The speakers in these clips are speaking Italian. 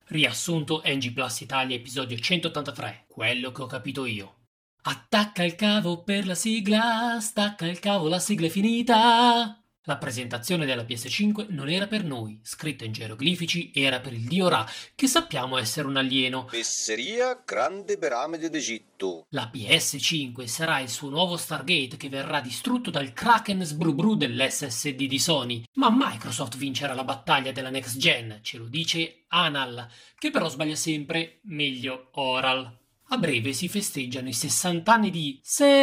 Riassunto NG Plus Italia, episodio 183, quello che ho capito io. Attacca il cavo per la sigla, stacca il cavo, la sigla è finita. La presentazione della PS5 non era per noi, scritta in geroglifici era per il dio Ra, che sappiamo essere un alieno. Fesseria grande piramide d'Egitto. La PS5 sarà il suo nuovo Stargate che verrà distrutto dal Kraken sbrubru dell'SSD di Sony, ma Microsoft vincerà la battaglia della next gen, ce lo dice Anal, che però sbaglia sempre, meglio Oral. A breve si festeggiano i 60 anni di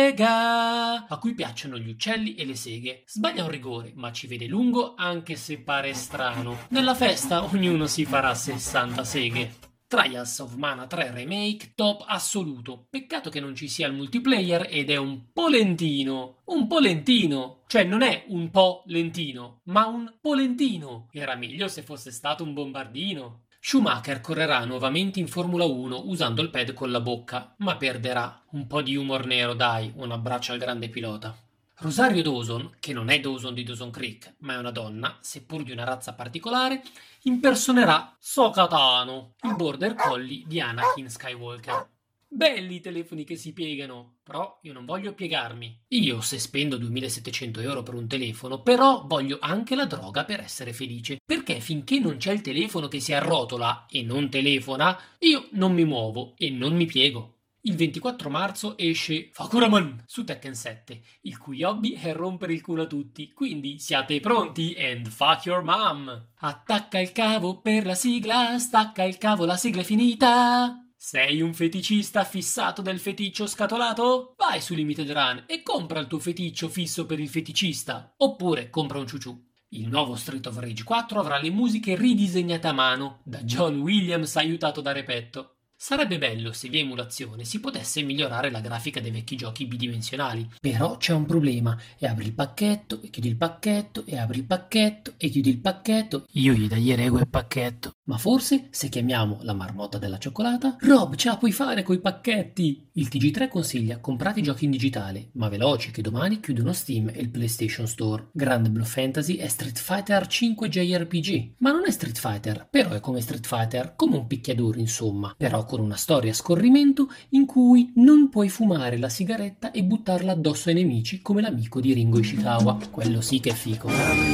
Sega, a cui piacciono gli uccelli e le seghe. Sbaglia un rigore, ma ci vede lungo anche se pare strano. Nella festa ognuno si farà 60 seghe. Trials of Mana 3 Remake top assoluto. Peccato che non ci sia il multiplayer ed è un po' lentino. Un po' lentino. Cioè non è un po' lentino, ma un po' lentino. Era meglio se fosse stato un bombardino. Schumacher correrà nuovamente in Formula 1 usando il pad con la bocca, ma perderà. Un po' di humor nero, dai, un abbraccio al grande pilota. Rosario Dawson, che non è Dawson di Dawson Creek, ma è una donna, seppur di una razza particolare, impersonerà Ahsoka Tano, il border collie di Anakin Skywalker. Belli i telefoni che si piegano, però io non voglio piegarmi. Io, se spendo 2700 euro per un telefono, però voglio anche la droga per essere felice. Perché finché non c'è il telefono che si arrotola e non telefona, io non mi muovo e non mi piego. Il 24 marzo esce Fakuraman su Tekken 7, il cui hobby è rompere il culo a tutti, quindi siate pronti and fuck your mom! Attacca il cavo per la sigla, stacca il cavo, la sigla è finita! Sei un feticista fissato del feticcio scatolato? Vai su Limited Run e compra il tuo feticcio fisso per il feticista, oppure compra un ciuciù. Il nuovo Street of Rage 4 avrà le musiche ridisegnate a mano, da John Williams aiutato da Repetto. Sarebbe bello se via emulazione si potesse migliorare la grafica dei vecchi giochi bidimensionali, però c'è un problema, e apri il pacchetto, e chiudi il pacchetto, e apri il pacchetto, e chiudi il pacchetto, io gli dai quel pacchetto. Ma forse, se chiamiamo la marmotta della cioccolata, Rob, ce la puoi fare coi pacchetti! Il TG3 consiglia comprate i giochi in digitale, ma veloci che domani chiudono Steam e il PlayStation Store. Grand Blue Fantasy è Street Fighter 5 JRPG, ma non è Street Fighter, però è come Street Fighter, come un picchiaduro insomma, però con una storia a scorrimento in cui non puoi fumare la sigaretta e buttarla addosso ai nemici come l'amico di Ringo Ishikawa. Quello sì che è fico.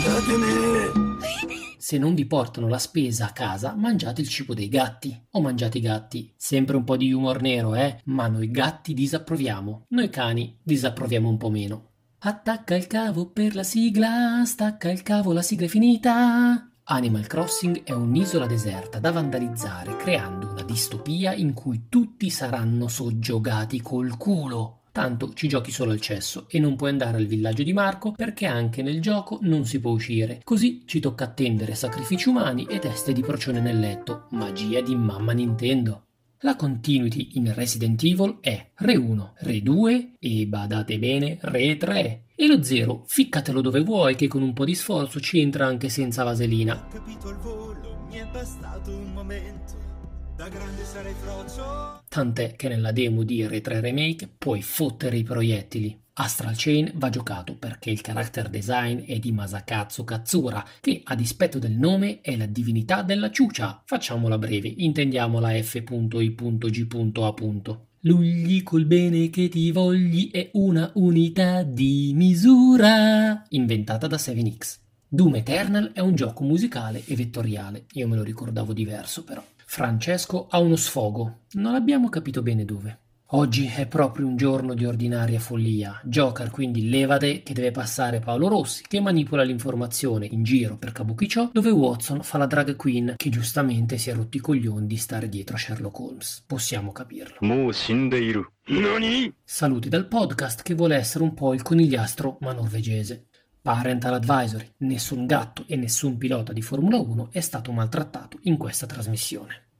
Se non vi portano la spesa a casa, mangiate il cibo dei gatti. O mangiate i gatti. Sempre un po' di humor nero, ma noi gatti disapproviamo. Noi cani disapproviamo un po' meno. Attacca il cavo per la sigla, stacca il cavo, la sigla è finita. Animal Crossing è un'isola deserta da vandalizzare, creando una distopia in cui tutti saranno soggiogati col culo. Tanto ci giochi solo al cesso e non puoi andare al villaggio di Marco perché anche nel gioco non si può uscire. Così ci tocca attendere sacrifici umani e teste di procione nel letto. Magia di mamma Nintendo. La continuity in Resident Evil è Re 1, Re 2 e, badate bene, Re 3. E lo 0, ficcatelo dove vuoi che con un po' di sforzo ci entra anche senza vaselina. Ho capito al volo, mi è bastato un momento, da grande sarei frocio. Tant'è che nella demo di Re 3 Remake puoi fottere i proiettili. Astral Chain va giocato perché il character design è di Masakatsu Katsura, che a dispetto del nome è la divinità della ciucia. Facciamola breve, intendiamola F.I.G.A. Lugli col bene che ti vogli è una unità di misura inventata da 7X. Doom Eternal è un gioco musicale e vettoriale, io me lo ricordavo diverso però. Francesco ha uno sfogo, non abbiamo capito bene dove. Oggi è proprio un giorno di ordinaria follia. Joker quindi levate che deve passare Paolo Rossi, che manipola l'informazione in giro per Kabukicho, dove Watson fa la drag queen, che giustamente si è rotti i coglioni di stare dietro a Sherlock Holmes. Possiamo capirlo. Saluti dal podcast che vuole essere un po' il conigliastro ma norvegese. Parental Advisory, nessun gatto e nessun pilota di Formula 1 è stato maltrattato in questa trasmissione.